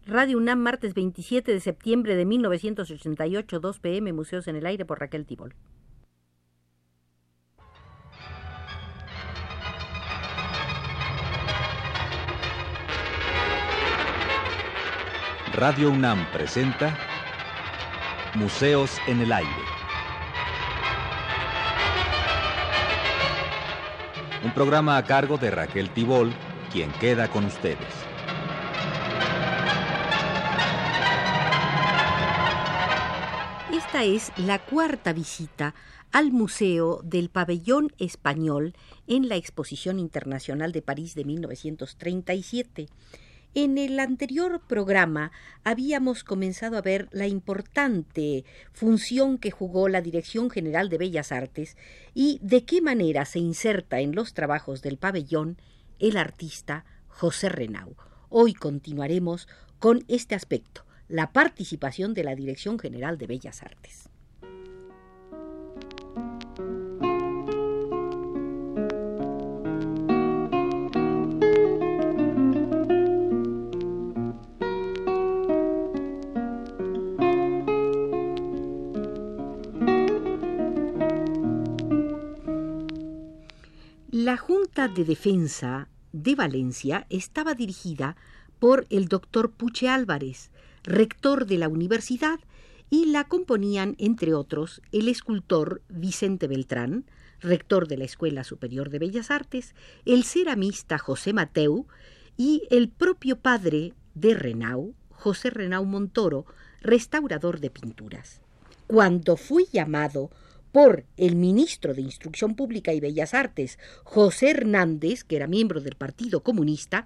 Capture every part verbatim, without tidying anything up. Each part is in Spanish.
Radio UNAM, martes veintisiete de septiembre de mil novecientos ochenta y ocho, dos pe eme, Museos en el Aire, por Raquel Tibol. Radio UNAM presenta Museos en el Aire. Un programa a cargo de Raquel Tibol, quien queda con ustedes. Esta es la cuarta visita al Museo del Pabellón Español en la Exposición Internacional de París de mil novecientos treinta y siete. En el anterior programa habíamos comenzado a ver la importante función que jugó la Dirección General de Bellas Artes y de qué manera se inserta en los trabajos del pabellón el artista José Renau. Hoy continuaremos con este aspecto, la participación de la Dirección General de Bellas Artes. La Junta de Defensa de Valencia estaba dirigida por el doctor Puche Álvarez, rector de la universidad, y la componían, entre otros, el escultor Vicente Beltrán, rector de la Escuela Superior de Bellas Artes, el ceramista José Mateu y el propio padre de Renau, José Renau Montoro, restaurador de pinturas. Cuando fui llamado por el ministro de Instrucción Pública y Bellas Artes, José Hernández, que era miembro del Partido Comunista,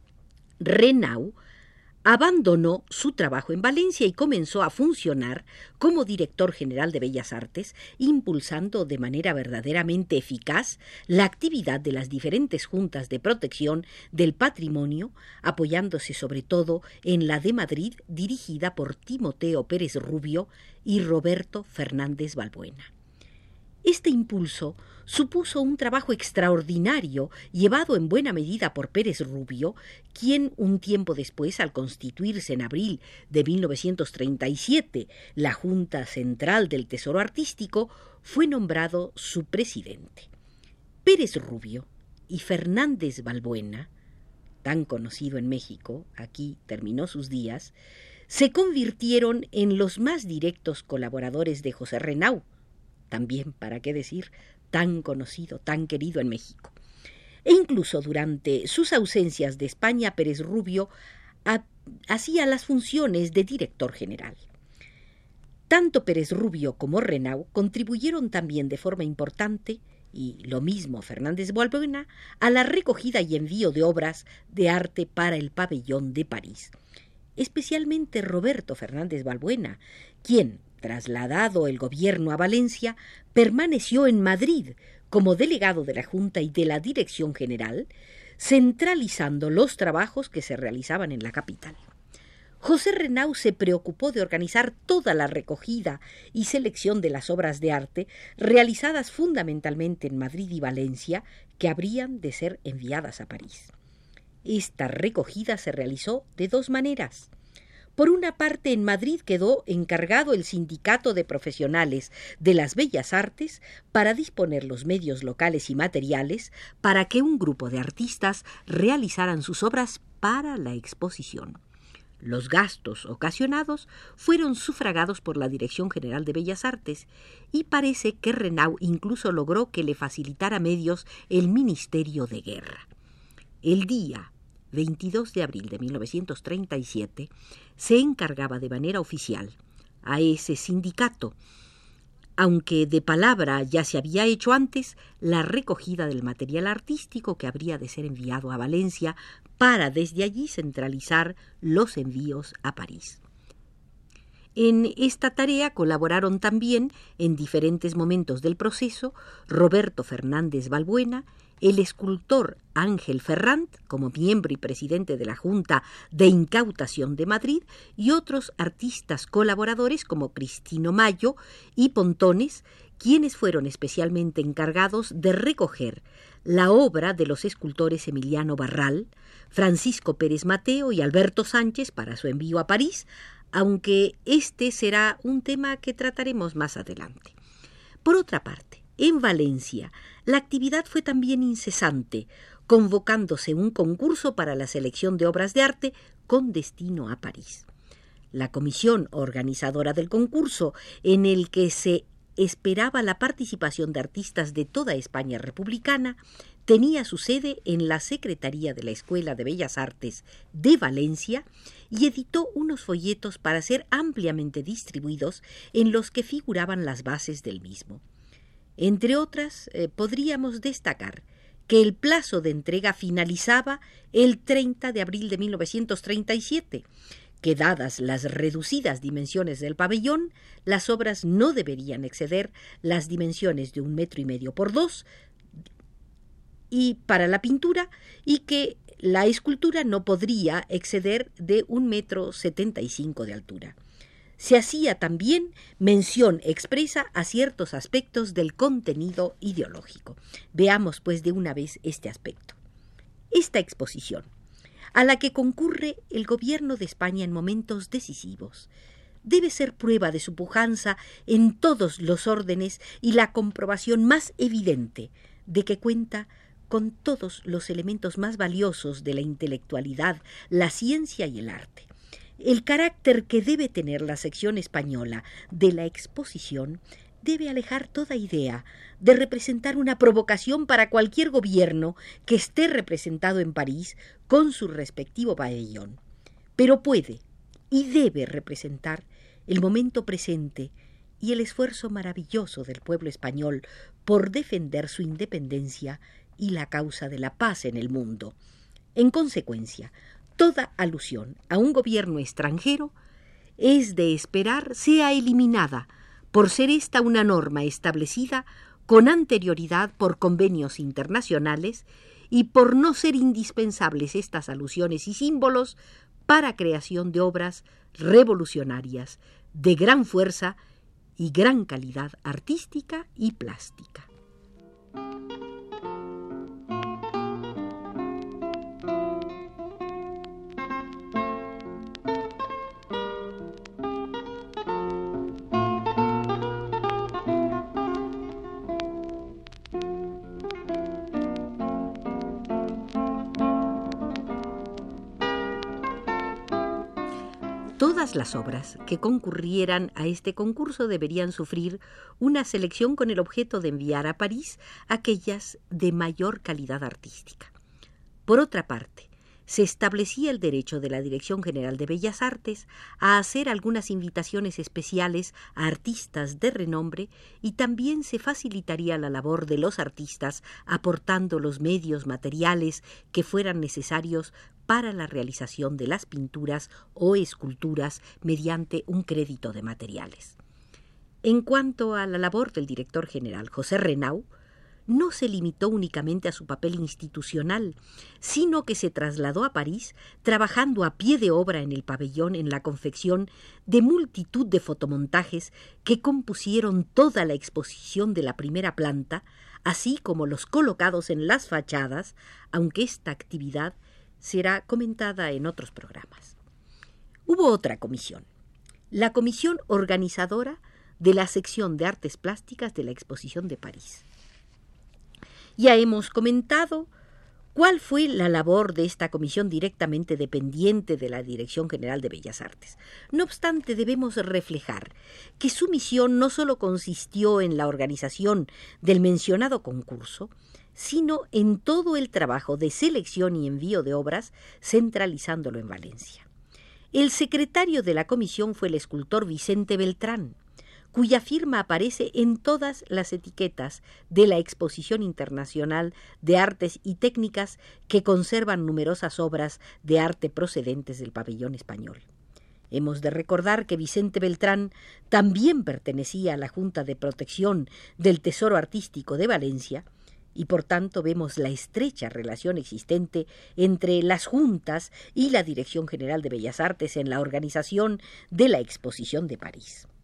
Renau abandonó su trabajo en Valencia y comenzó a funcionar como director general de Bellas Artes, impulsando de manera verdaderamente eficaz la actividad de las diferentes juntas de protección del patrimonio, apoyándose sobre todo en la de Madrid, dirigida por Timoteo Pérez Rubio y Roberto Fernández Balbuena. Este impulso supuso un trabajo extraordinario llevado en buena medida por Pérez Rubio, quien un tiempo después, al constituirse en abril de mil novecientos treinta y siete la Junta Central del Tesoro Artístico, fue nombrado su presidente. Pérez Rubio y Fernández Balbuena, tan conocido en México, aquí terminó sus días, se convirtieron en los más directos colaboradores de José Renau, también, para qué decir, tan conocido, tan querido en México. E incluso durante sus ausencias de España, Pérez Rubio ha, hacía las funciones de director general. Tanto Pérez Rubio como Renau contribuyeron también de forma importante, y lo mismo Fernández Balbuena, a la recogida y envío de obras de arte para el pabellón de París. Especialmente Roberto Fernández Balbuena, quien, trasladado el gobierno a Valencia, permaneció en Madrid como delegado de la Junta y de la Dirección General, centralizando los trabajos que se realizaban en la capital. José Renau se preocupó de organizar toda la recogida y selección de las obras de arte realizadas fundamentalmente en Madrid y Valencia, que habrían de ser enviadas a París. Esta recogida se realizó de dos maneras. Por una parte, en Madrid quedó encargado el Sindicato de Profesionales de las Bellas Artes para disponer los medios locales y materiales para que un grupo de artistas realizaran sus obras para la exposición. Los gastos ocasionados fueron sufragados por la Dirección General de Bellas Artes y parece que Renau incluso logró que le facilitara medios el Ministerio de Guerra. El día veintidós de abril de mil novecientos treinta y siete, se encargaba de manera oficial a ese sindicato, aunque de palabra ya se había hecho antes, la recogida del material artístico que habría de ser enviado a Valencia para desde allí centralizar los envíos a París. En esta tarea colaboraron también, en diferentes momentos del proceso, Roberto Fernández Balbuena, el escultor Ángel Ferrand, como miembro y presidente de la Junta de Incautación de Madrid, y otros artistas colaboradores como Cristino Mayo y Pontones, quienes fueron especialmente encargados de recoger la obra de los escultores Emiliano Barral, Francisco Pérez Mateo y Alberto Sánchez para su envío a París, aunque este será un tema que trataremos más adelante. Por otra parte, en Valencia, la actividad fue también incesante, convocándose un concurso para la selección de obras de arte con destino a París. La comisión organizadora del concurso, en el que se esperaba la participación de artistas de toda España republicana, tenía su sede en la Secretaría de la Escuela de Bellas Artes de Valencia y editó unos folletos para ser ampliamente distribuidos en los que figuraban las bases del mismo. Entre otras, eh, podríamos destacar que el plazo de entrega finalizaba el treinta de abril de mil novecientos treinta y siete, que dadas las reducidas dimensiones del pabellón, las obras no deberían exceder las dimensiones de un metro y medio por dos, y para la pintura, y que la escultura no podría exceder de un metro setenta y cinco de altura. Se hacía también mención expresa a ciertos aspectos del contenido ideológico. Veamos, pues, de una vez este aspecto. Esta exposición, a la que concurre el gobierno de España en momentos decisivos, debe ser prueba de su pujanza en todos los órdenes y la comprobación más evidente de que cuenta con todos los elementos más valiosos de la intelectualidad, la ciencia y el arte. El carácter que debe tener la sección española de la exposición debe alejar toda idea de representar una provocación para cualquier gobierno que esté representado en París con su respectivo pabellón, pero puede y debe representar el momento presente y el esfuerzo maravilloso del pueblo español por defender su independencia y la causa de la paz en el mundo. En consecuencia, toda alusión a un gobierno extranjero es de esperar sea eliminada, por ser esta una norma establecida con anterioridad por convenios internacionales y por no ser indispensables estas alusiones y símbolos para creación de obras revolucionarias de gran fuerza y gran calidad artística y plástica. Todas las obras que concurrieran a este concurso deberían sufrir una selección con el objeto de enviar a París aquellas de mayor calidad artística. Por otra parte, se establecía el derecho de la Dirección General de Bellas Artes a hacer algunas invitaciones especiales a artistas de renombre y también se facilitaría la labor de los artistas aportando los medios materiales que fueran necesarios para la realización de las pinturas o esculturas mediante un crédito de materiales. En cuanto a la labor del director general José Renau, no se limitó únicamente a su papel institucional, sino que se trasladó a París trabajando a pie de obra en el pabellón en la confección de multitud de fotomontajes que compusieron toda la exposición de la primera planta, así como los colocados en las fachadas, aunque esta actividad será comentada en otros programas. Hubo otra comisión, la comisión organizadora de la sección de artes plásticas de la exposición de París. Ya hemos comentado cuál fue la labor de esta comisión directamente dependiente de la Dirección General de Bellas Artes. No obstante, debemos reflejar que su misión no solo consistió en la organización del mencionado concurso, sino en todo el trabajo de selección y envío de obras, centralizándolo en Valencia. El secretario de la comisión fue el escultor Vicente Beltrán, cuya firma aparece en todas las etiquetas de la Exposición Internacional de Artes y Técnicas que conservan numerosas obras de arte procedentes del pabellón español. Hemos de recordar que Vicente Beltrán también pertenecía a la Junta de Protección del Tesoro Artístico de Valencia, y por tanto vemos la estrecha relación existente entre las juntas y la Dirección General de Bellas Artes en la organización de la Exposición de París.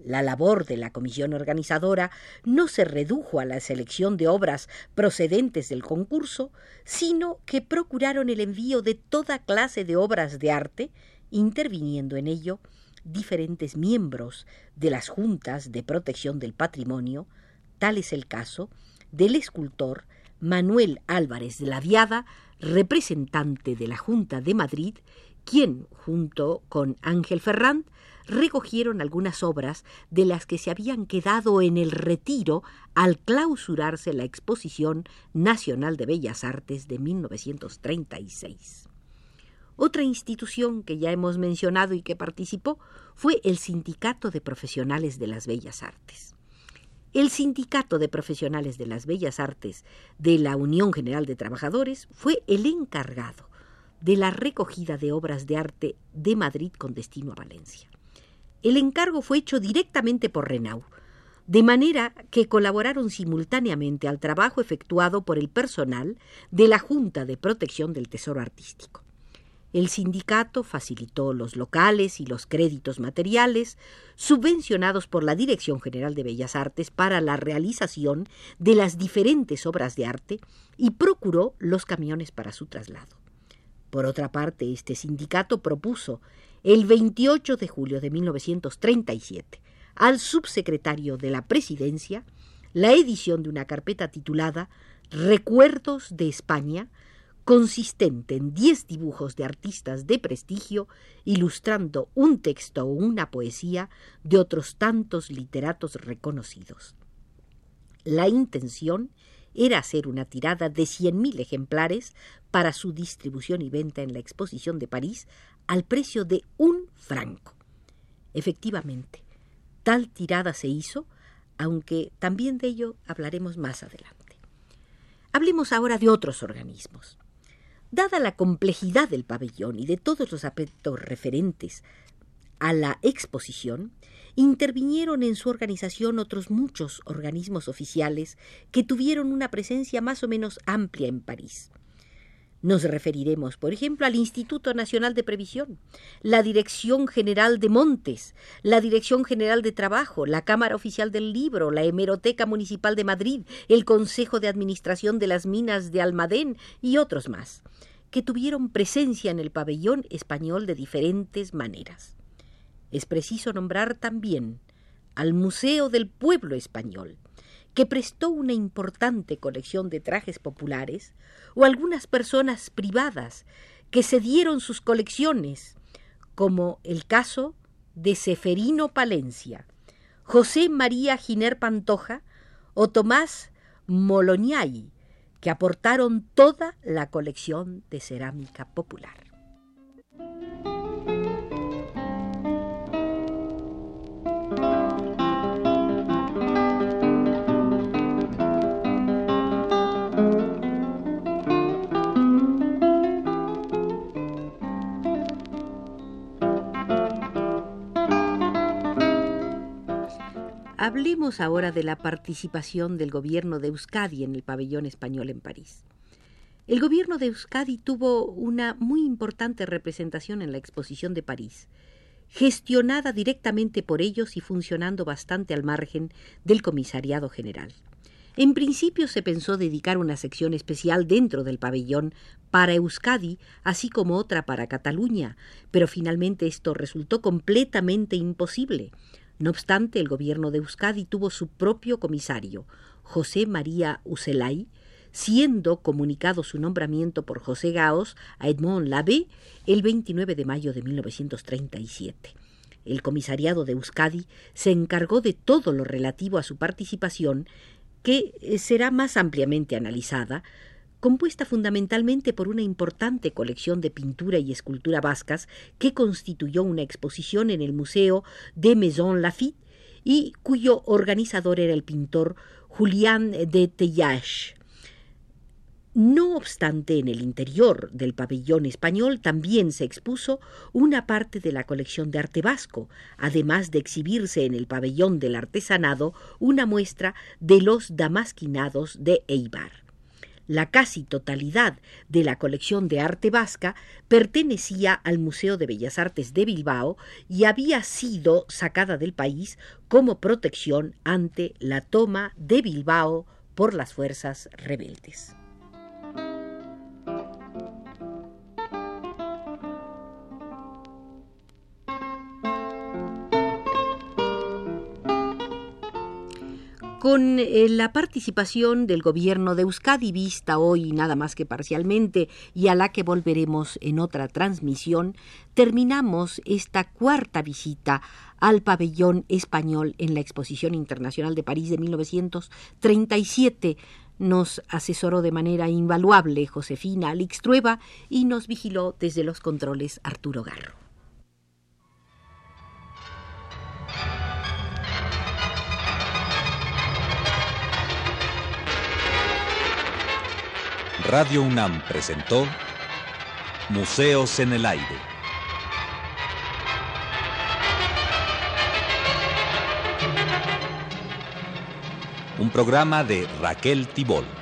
La labor de la comisión organizadora no se redujo a la selección de obras procedentes del concurso, sino que procuraron el envío de toda clase de obras de arte, interviniendo en ello diferentes miembros de las juntas de protección del patrimonio. Tal es el caso del escultor Manuel Álvarez de la Viada, representante de la Junta de Madrid, quien, junto con Ángel Ferrand, recogieron algunas obras de las que se habían quedado en el retiro al clausurarse la Exposición Nacional de Bellas Artes de mil novecientos treinta y seis. Otra institución que ya hemos mencionado y que participó fue el Sindicato de Profesionales de las Bellas Artes. El Sindicato de Profesionales de las Bellas Artes de la Unión General de Trabajadores fue el encargado de la recogida de obras de arte de Madrid con destino a Valencia. El encargo fue hecho directamente por Renau, de manera que colaboraron simultáneamente al trabajo efectuado por el personal de la Junta de Protección del Tesoro Artístico. El sindicato facilitó los locales y los créditos materiales subvencionados por la Dirección General de Bellas Artes para la realización de las diferentes obras de arte y procuró los camiones para su traslado. Por otra parte, este sindicato propuso el veintiocho de julio de mil novecientos treinta y siete al subsecretario de la Presidencia la edición de una carpeta titulada Recuerdos de España, consistente en diez dibujos de artistas de prestigio, ilustrando un texto o una poesía de otros tantos literatos reconocidos. La intención era hacer una tirada de cien mil ejemplares para su distribución y venta en la Exposición de París al precio de un franco. Efectivamente, tal tirada se hizo, aunque también de ello hablaremos más adelante. Hablemos ahora de otros organismos. Dada la complejidad del pabellón y de todos los aspectos referentes a la exposición, intervinieron en su organización otros muchos organismos oficiales que tuvieron una presencia más o menos amplia en París. Nos referiremos, por ejemplo, al Instituto Nacional de Previsión, la Dirección General de Montes, la Dirección General de Trabajo, la Cámara Oficial del Libro, la Hemeroteca Municipal de Madrid, el Consejo de Administración de las Minas de Almadén y otros más, que tuvieron presencia en el pabellón español de diferentes maneras. Es preciso nombrar también al Museo del Pueblo Español, que prestó una importante colección de trajes populares, o algunas personas privadas que cedieron sus colecciones, como el caso de Ceferino Palencia, José María Giner Pantoja o Tomás Moloniai, que aportaron toda la colección de cerámica popular. Hablemos ahora de la participación del gobierno de Euskadi en el pabellón español en París. El gobierno de Euskadi tuvo una muy importante representación en la exposición de París, gestionada directamente por ellos y funcionando bastante al margen del Comisariado General. En principio se pensó dedicar una sección especial dentro del pabellón para Euskadi, así como otra para Cataluña, pero finalmente esto resultó completamente imposible. No obstante, el gobierno de Euskadi tuvo su propio comisario, José María Ucelay, siendo comunicado su nombramiento por José Gaos a Edmond Labbé el veintinueve de mayo de mil novecientos treinta y siete. El comisariado de Euskadi se encargó de todo lo relativo a su participación, que será más ampliamente analizada, compuesta fundamentalmente por una importante colección de pintura y escultura vascas que constituyó una exposición en el Museo de Maison Lafitte y cuyo organizador era el pintor Julián de Teilhage. No obstante, en el interior del pabellón español también se expuso una parte de la colección de arte vasco, además de exhibirse en el pabellón del artesanado una muestra de los damasquinados de Eibar. La casi totalidad de la colección de arte vasca pertenecía al Museo de Bellas Artes de Bilbao y había sido sacada del país como protección ante la toma de Bilbao por las fuerzas rebeldes. Con eh, la participación del gobierno de Euskadi, vista hoy nada más que parcialmente y a la que volveremos en otra transmisión, terminamos esta cuarta visita al pabellón español en la Exposición Internacional de París de mil novecientos treinta y siete. Nos asesoró de manera invaluable Josefina Alixtrueva y nos vigiló desde los controles Arturo Garro. Radio UNAM presentó Museos en el Aire. Un programa de Raquel Tibol.